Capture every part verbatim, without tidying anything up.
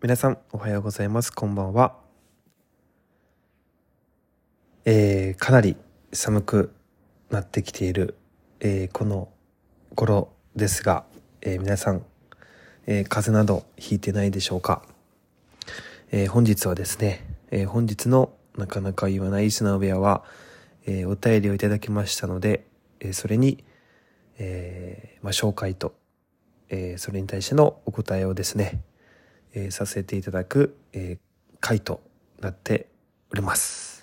皆さんおはようございます。こんばんは。えー、かなり寒くなってきている、えーこの頃ですが、えー皆さん、えー風邪などひいてないでしょうか。えー本日はですね、えー本日のなかなか言わない砂部屋は、えーお便りをいただきましたので、えーそれに、えーまあ、紹介と、えーそれに対してのお答えをですね、えーさせていただく、えー回となっております。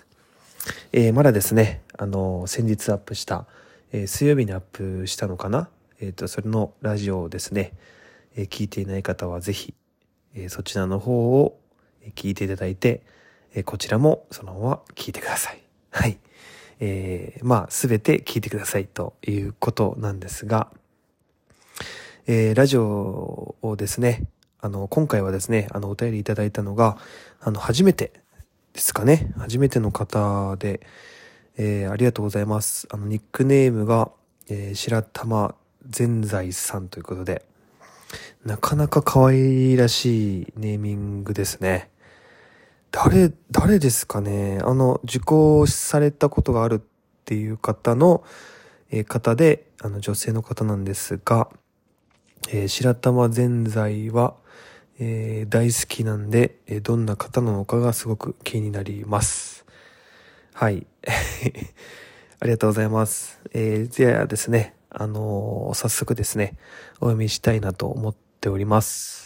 えーまだですね、あのー先日アップした、えー水曜日にアップしたのかな、えっと、それのラジオをですね、えー聞いていない方はぜひ、えーそちらの方を聞いていただいて、えーこちらもそのまま聞いてください。はい。えーまあ、すべて聞いてくださいということなんですが、えーラジオをですね、あの、今回はですね、あの、お便りいただいたのが、あの、初めてですかね。初めての方で、えーありがとうございます。あの、ニックネームが、えー白玉善財さんということで、なかなか可愛らしいネーミングですね。誰、誰ですかね。あの、受講されたことがあるっていう方の、えー方で、あの、女性の方なんですが、えー白玉ぜんざいは、えー大好きなんで、えーどんな方なのかがすごく気になります。はい。ありがとうございます。えー、じゃあですね、あのー早速ですね、お読みしたいなと思っております。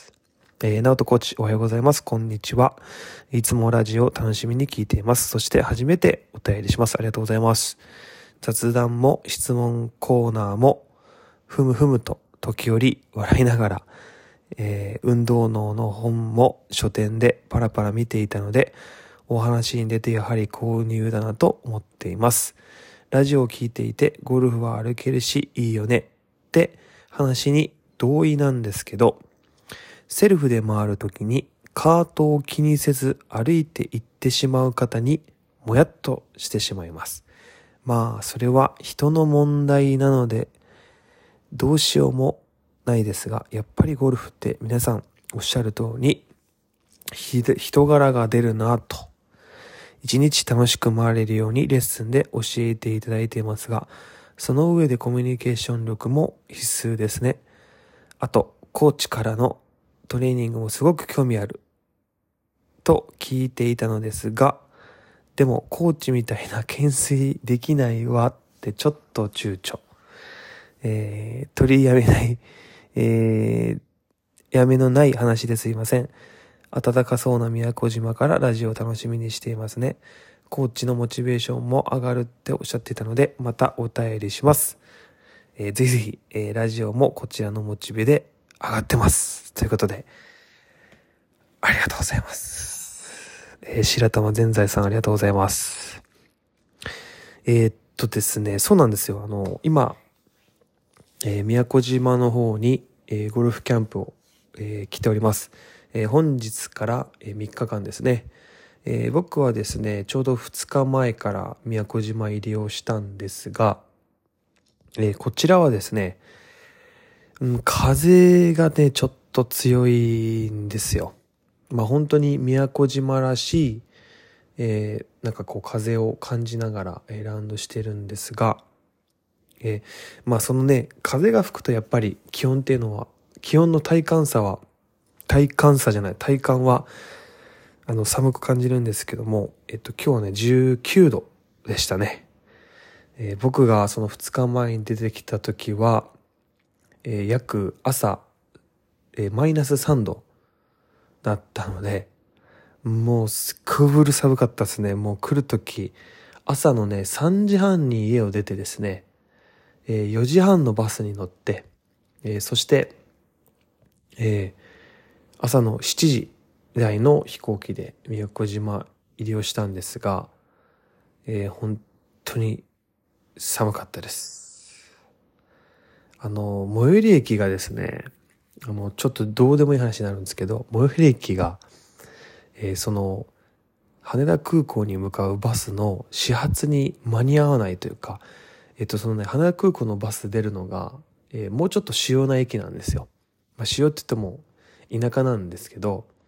えー、ナオトコーチ、おはようございます。こんにちは。いつもラジオを楽しみに聞いています。そして初めてお便りします。ありがとうございます。雑談も質問コーナーも、ふむふむと時折笑いながら、えー運動脳の本も書店でパラパラ見ていたので、お話に出てやはり購入だなと思っています。ラジオを聞いていて、ゴルフは歩けるしいいよねって話に同意なんですけど、セルフで回るときにカートを気にせず歩いて行ってしまう方にもやっとしてしまいます。まあ、それは人の問題なので、どうしようもないですが、やっぱりゴルフって皆さんおっしゃる通り、ひで人柄が出るなと。一日楽しく回れるようにレッスンで教えていただいていますが、その上でコミュニケーション力も必須ですね。あと、コーチからのトレーニングもすごく興味あると聞いていたのですが、でもコーチみたいな懸垂できないわってちょっと躊躇。えー、取りやめない、えー、やめのない話ですいません。暖かそうな宮古島からラジオを楽しみにしていますね。コーチのモチベーションも上がるっておっしゃっていたので、またお便りします。えーぜひぜひ、えーラジオもこちらのモチベで上がってます。ということで、ありがとうございます。えー白玉ぜんざいさんありがとうございます。えーっとですね、そうなんですよ。あの、今、えー宮古島の方に、えーゴルフキャンプを、えー来ております。えー本日から、えーみっかかんですね。えー僕はですね、ちょうどふつかまえから宮古島入りをしたんですが、えーこちらはですね、うん、風がね、ちょっと強いんですよ。まあ本当に宮古島らしい、えーなんかこう風を感じながら、えーラウンドしてるんですが、えーまあそのね、風が吹くとやっぱり気温っていうのは、気温の体感差は、体感差じゃない、体感は、あの、寒く感じるんですけども、えっと、今日はね、じゅうきゅうどでしたね。えー僕がそのふつかまえに出てきた時は、えー約朝、えーマイナスさんどだったので、もうすっごぶる寒かったですね。もう来る時、朝のね、さんじはんに家を出てですね、えーよじはんのバスに乗って、えーそして、えー朝のしちじ台の飛行機で宮古島入りをしたんですが、えー本当に寒かったです。あの、最寄り駅がですね、あの、ちょっとどうでもいい話になるんですけど、最寄り駅が、えーその、羽田空港に向かうバスの始発に間に合わないというか、えっと、そのね、羽田空港のバス出るのが、えーもうちょっと主要な駅なんですよ。まあ、主要って言っても田舎なんですけど、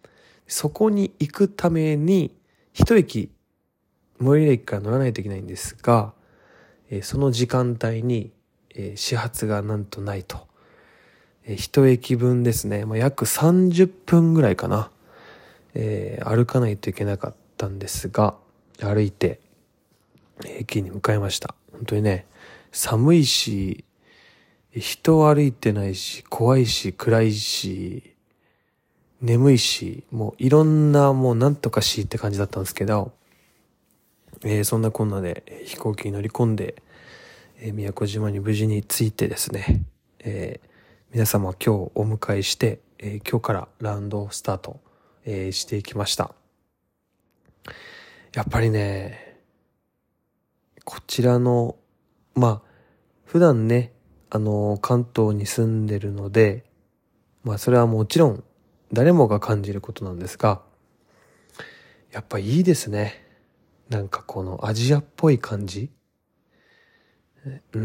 そこに行くために一駅最寄り駅から乗らないといけないんですが、えー、その時間帯に、えー、始発がなんとないと、えー、一駅分ですね、まあ、約さんじゅっぷんぐらいかな、えー、歩かないといけなかったんですが、歩いて駅に向かいました。本当にね、寒いし、人歩いてないし、怖いし、暗いし、眠いし、もういろんなもうなんとかしって感じだったんですけど、えー、そんなこんなで飛行機に乗り込んで、えー、宮古島に無事に着いてですね、えー、皆様今日お迎えして、えー、今日からラウンドスタート、えー、していきました。やっぱりね、こちらの、まあ、普段ね、あの、関東に住んでるので、まあそれはもちろん誰もが感じることなんですが、やっぱいいですね。なんかこのアジアっぽい感じ。うん、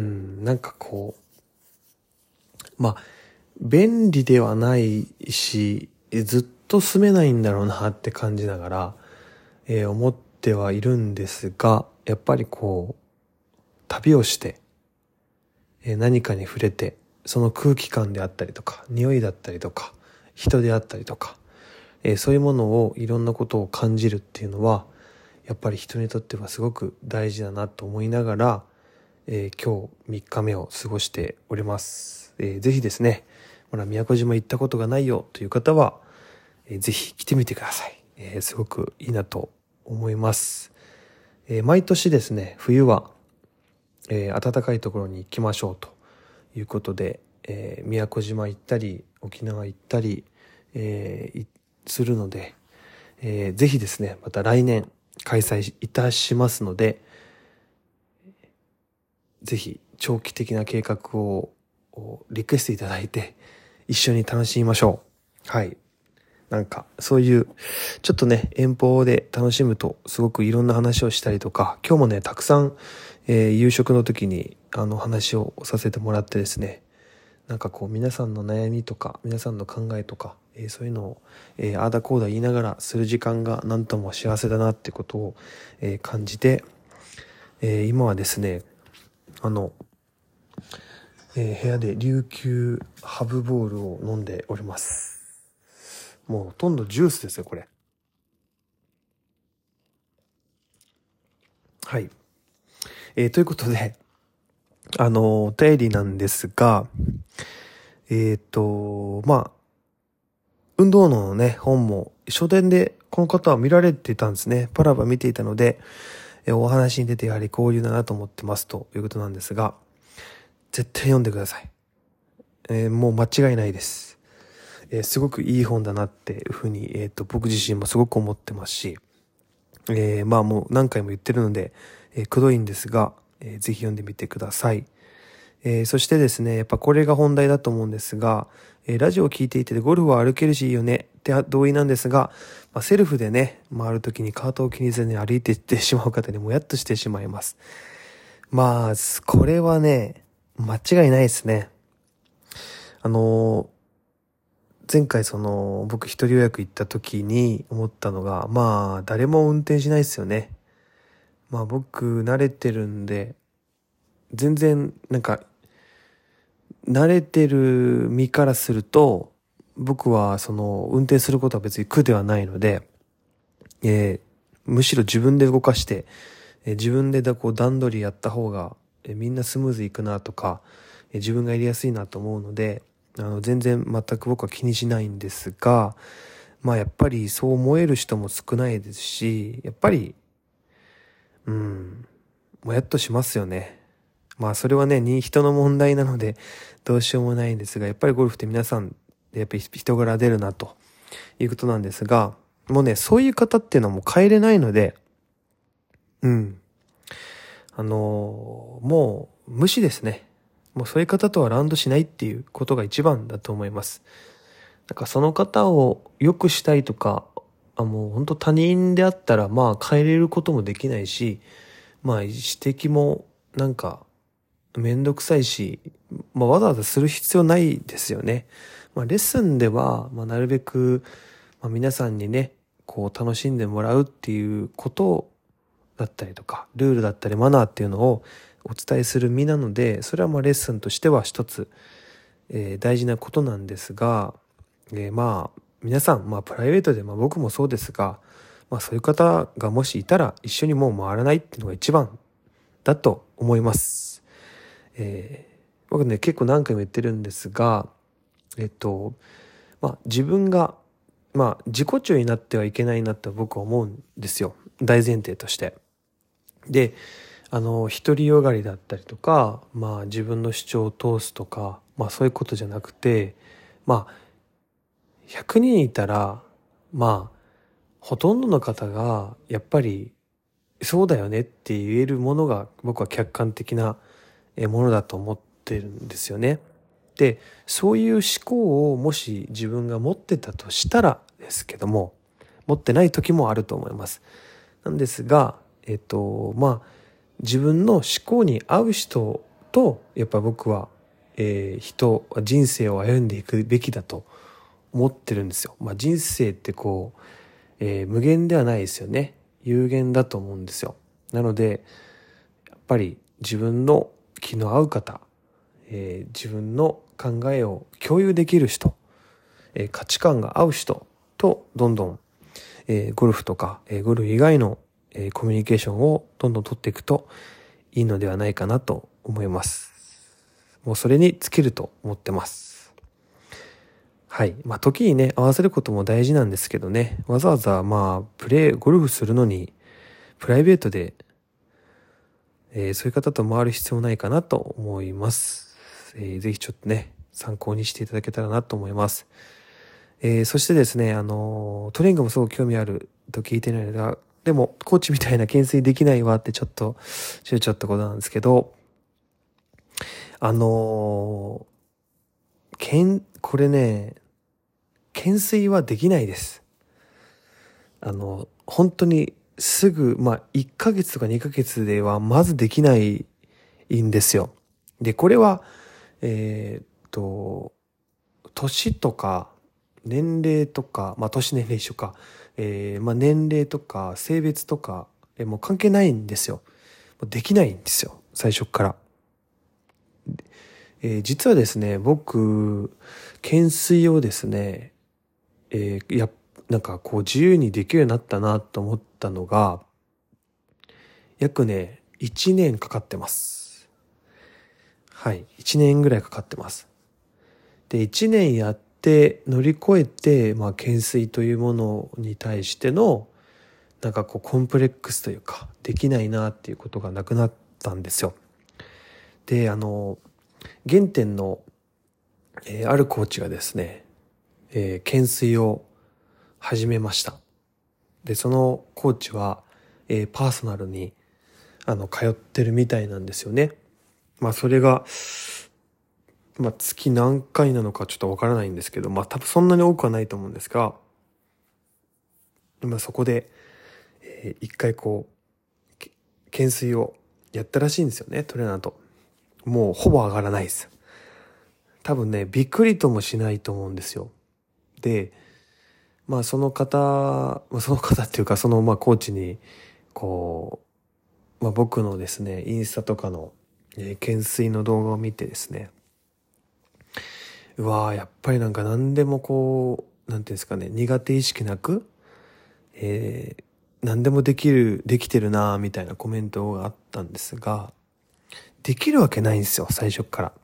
なんかこう、まあ、便利ではないし、ずっと住めないんだろうなって感じながら、えー、思ってはいるんですが、やっぱりこう、旅をして、えー、何かに触れて、その空気感であったりとか、匂いだったりとか、人であったりとか、えー、そういうものをいろんなことを感じるっていうのは、やっぱり人にとってはすごく大事だなと思いながら、えー、今日みっかめを過ごしております。えー、ぜひですね、まだ宮古島行ったことがないよという方は、えー、ぜひ来てみてください。えー、すごくいいなと思います。えー、毎年ですね、冬は、えー、暖かいところに行きましょうということで、えー、宮古島行ったり、沖縄行ったり、えー、するので、えー、ぜひですね、また来年開催いたしますので、ぜひ長期的な計画をリクエストいただいて一緒に楽しみましょう。はい。なんかそういうちょっとね遠方で楽しむとすごくいろんな話をしたりとか、今日もねたくさん、えー、夕食の時にあの話をさせてもらってですね、なんかこう皆さんの悩みとか皆さんの考えとか、えー、そういうのを、えー、あーだこうだ言いながらする時間がなんとも幸せだなってことを、えー、感じて、えー、今はですねあの、えー、部屋で琉球ハブボールを飲んでおります。もうほとんどジュースですよこれ。はい、えー、ということであのお便りなんですが、えっとまあ運動脳のね本も書店でこの方は見られていたんですね。パラパ見ていたので、えー、お話に出てやはり交流だなと思ってますということなんですが、絶対読んでください。えー、もう間違いないです。えー、すごくいい本だなっていうふうに、えっと、僕自身もすごく思ってますし、えー、まあもう何回も言ってるので、えー、くどいんですが、えー、ぜひ読んでみてください。えー、そしてですね、やっぱこれが本題だと思うんですが、えー、ラジオを聞いていてゴルフは歩けるしいいよねって同意なんですが、まあ、セルフでね、回るときにカートを気にせずに歩いていってしまう方にもやっとしてしまいます。まあ、これはね、間違いないですね。あのー、前回その僕一人予約行った時に思ったのが、まあ誰も運転しないですよね。まあ僕慣れてるんで、全然なんか慣れてる身からすると、僕はその運転することは別に苦ではないので、えー、むしろ自分で動かして、えー、自分でだこう段取りやった方が、えー、みんなスムーズいくなとか、えー、自分がやりやすいなと思うので、あの全然全く僕は気にしないんですが、まあやっぱりそう思える人も少ないですし、やっぱり、うん、もやっとしますよね。まあそれはね、人の問題なのでどうしようもないんですが、やっぱりゴルフって皆さん、やっぱり人柄出るなということなんですが、もうね、そういう方っていうのはもう変えれないので、うん。あのー、もう無視ですね。もうそういう方とはラウンドしないっていうことが一番だと思います。なんかその方を良くしたいとか、あ、もう本当他人であったらまあ変えれることもできないし、まあ指摘もなんかめんどくさいし、まあわざわざする必要ないですよね。まあレッスンでは、まあなるべくまあ、皆さんにね、こう楽しんでもらうっていうことだったりとか、ルールだったりマナーっていうのをお伝えする身なので、それはまあレッスンとしては一つ、えー大事なことなんですが、えーまあ皆さん、まあプライベートで、まあ僕もそうですが、まあそういう方がもしいたら一緒にもう回らないっていうのが一番だと思います。えー僕ね、結構何回も言ってるんですが、えっと、まあ自分が、まあ自己中になってはいけないなって僕は思うんですよ。大前提として。で、あの、独りよがりだったりとか、まあ自分の主張を通すとか、まあそういうことじゃなくて、まあひゃくにんいたら、まあほとんどの方がやっぱりそうだよねって言えるものが僕は客観的なえものだと思ってるんですよね。で、そういう思考をもし自分が持ってたとしたらですけども、持ってない時もあると思います。なんですが、えっと、まあ、自分の思考に合う人と、やっぱ僕は、えー人、人生を歩んでいくべきだと思ってるんですよ。まあ人生ってこう、えー無限ではないですよね。有限だと思うんですよ。なので、やっぱり自分の気の合う方、えー自分の考えを共有できる人、えー価値観が合う人とどんどん、えーゴルフとか、えーゴルフ以外の、えーコミュニケーションをどんどん取っていくといいのではないかなと思います。もうそれに尽きると思ってます。はい。まあ時にね、合わせることも大事なんですけどね、わざわざまあプレー、ゴルフするのにプライベートで、えーそういう方と回る必要ないかなと思います。えーぜひちょっとね、参考にしていただけたらなと思います。えーそしてですね、あのートレーニングもすごく興味あると聞いてるので、でも、コーチみたいな懸垂できないわってちょっと、躊躇ったことなんですけど、あのー、けん、これね、懸垂はできないです。あの、本当にすぐ、まあ、いっかげつとかにかげつではまずできないんですよ。で、これは、えーっと、年とか、年齢とか、まあ年年齢一緒か、えーまあ年齢とか性別とか、えーもう関係ないんですよ。もうできないんですよ。最初から。えー実はですね、僕、懸垂をですね、えーや、なんかこう自由にできるようになったなと思ったのが、約ね、いちねんかかってます。はい。いちねんぐらいかかってます。で、いちねんやって乗り越えて、まあ、懸垂というものに対しての、なんかこう、コンプレックスというか、できないなっていうことがなくなったんですよ。で、あの、原点の、えーあるコーチがですね、えー懸垂を始めました。で、そのコーチは、えーパーソナルに、あの、通ってるみたいなんですよね。まあ、それが、まあ、月何回なのかちょっとわからないんですけど、まあ、多分そんなに多くはないと思うんですが、まあ、そこで、えー一回こう、け懸垂をやったらしいんですよね、トレーナーと。もうほぼ上がらないです。多分ね、びっくりともしないと思うんですよ。で、まあその方、まあその方っていうかそのまあコーチに、こう、まあ僕のですね、インスタとかの、えー懸垂の動画を見てですね、うわーやっぱりなんか何でもこう、なんていうんですかね、苦手意識なく、えー何でもできる、できてるなーみたいなコメントがあったんですが、できるわけないんですよ、最初から。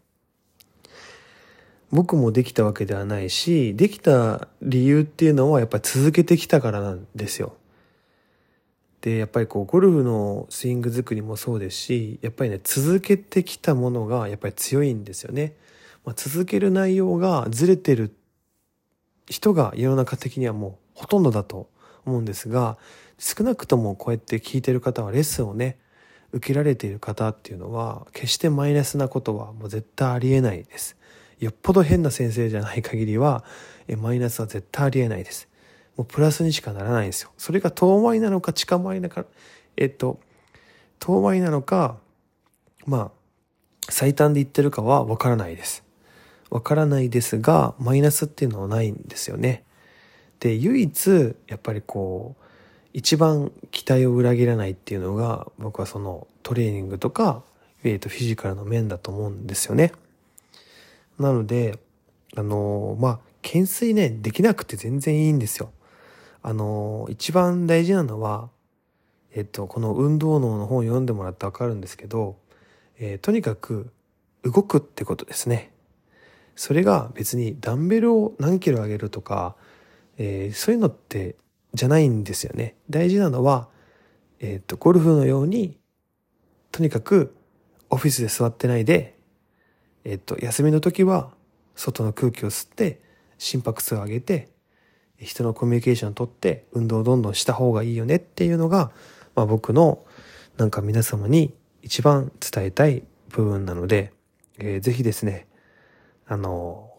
僕もできたわけではないし、できた理由っていうのはやっぱり続けてきたからなんですよ。で、やっぱりこう、ゴルフのスイング作りもそうですし、やっぱりね、続けてきたものがやっぱり強いんですよね。まあ、続ける内容がずれてる人が世の中的にはもうほとんどだと思うんですが、少なくともこうやって聞いてる方はレッスンをね、受けられている方っていうのは、決してマイナスなことはもう絶対ありえないです。よっぽど変な先生じゃない限りは、えマイナスは絶対ありえないです。もうプラスにしかならないんですよ。それが遠回りなのか近回りなのか、えっと、遠回りなのか、まあ、最短で言ってるかはわからないです。わからないですが、マイナスっていうのはないんですよね。 で、唯一、やっぱりこう、一番期待を裏切らないっていうのが、僕はそのトレーニングとか、えーと、フィジカルの面だと思うんですよね。なので、あのー、まあ、懸垂ね、できなくて全然いいんですよ。あのー、一番大事なのは、えっと、この運動脳の本を読んでもらってわかるんですけど、えーとにかく動くってことですね。それが別にダンベルを何キロ上げるとか、えーそういうのってじゃないんですよね。大事なのは、えっと、ゴルフのように、とにかくオフィスで座ってないで、えっと、休みの時は外の空気を吸って心拍数を上げて、人のコミュニケーションを取って運動をどんどんした方がいいよねっていうのが、まあ僕のなんか皆様に一番伝えたい部分なので、えーぜひですね、あの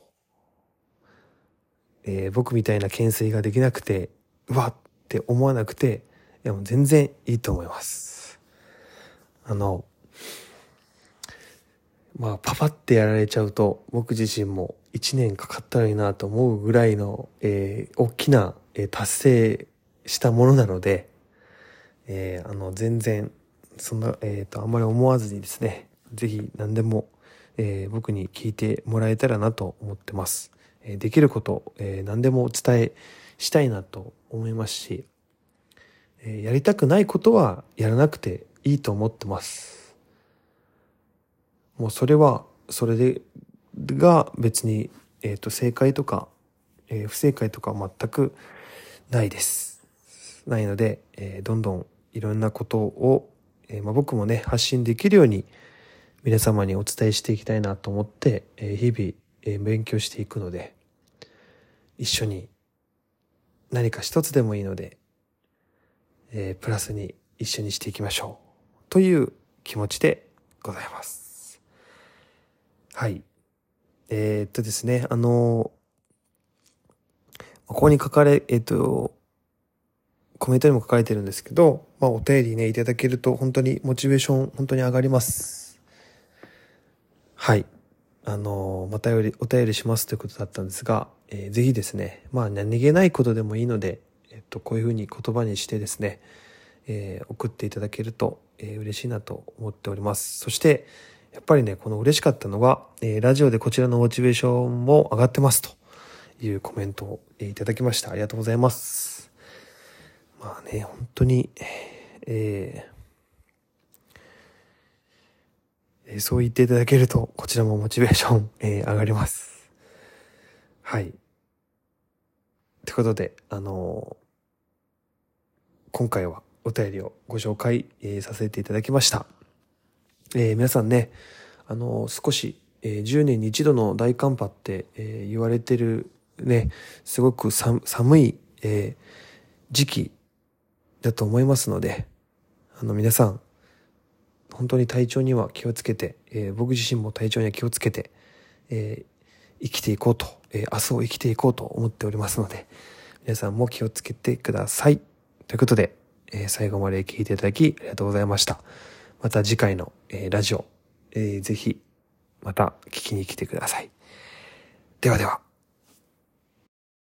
えー僕みたいな懸垂ができなくて、うわって思わなくて、いやもう全然いいと思います。あの、まあパパってやられちゃうと、僕自身も一年かかったらいいなと思うぐらいの、えー大きな、えー達成したものなので、えーあの、全然、そんな、えっと、あんまり思わずにですね、ぜひ何でも、えー僕に聞いてもらえたらなと思ってます。えーできること、えー何でもお伝えしたいなと思いますし、えーやりたくないことはやらなくていいと思ってます。もうそれは、それで、が別に、えっと、正解とか、えー不正解とか全くないです。ないので、えーどんどんいろんなことを、えーまあ、僕もね、発信できるように皆様にお伝えしていきたいなと思って、えー日々、えー勉強していくので、一緒に何か一つでもいいので、えープラスに一緒にしていきましょう。という気持ちでございます。はい。えーっとですね、あのここに書かれ、えっと、コメントにも書かれてるんですけど、まあお便りね、いただけると本当にモチベーション本当に上がります。はい。あの、またよりお便りしますということだったんですが、えーぜひですね、まあ何気ないことでもいいので、えっと、こういうふうに言葉にしてですね、えー送っていただけると、えー嬉しいなと思っております。そして、やっぱりね、この嬉しかったのが、えーラジオでこちらのモチベーションも上がってますというコメントを、えーいただきました。ありがとうございます。まあね、本当に、えーえーそう言っていただけると、こちらもモチベーション、えー上がります。はい。ということで、あのー今回はお便りをご紹介、えーさせていただきました。えー皆さんね、あのー少し、えーじゅうねんに一度の大寒波って、えー言われてるね、すごく寒寒い、えー時期だと思いますので、あの皆さん、本当に体調には気をつけて、えー僕自身も体調には気をつけて、えー生きていこうと、えー明日を生きていこうと思っておりますので、皆さんも気をつけてください。ということで、えー最後まで聞いていただきありがとうございました。また次回の、えーラジオ、えーぜひまた聞きに来てください。ではでは。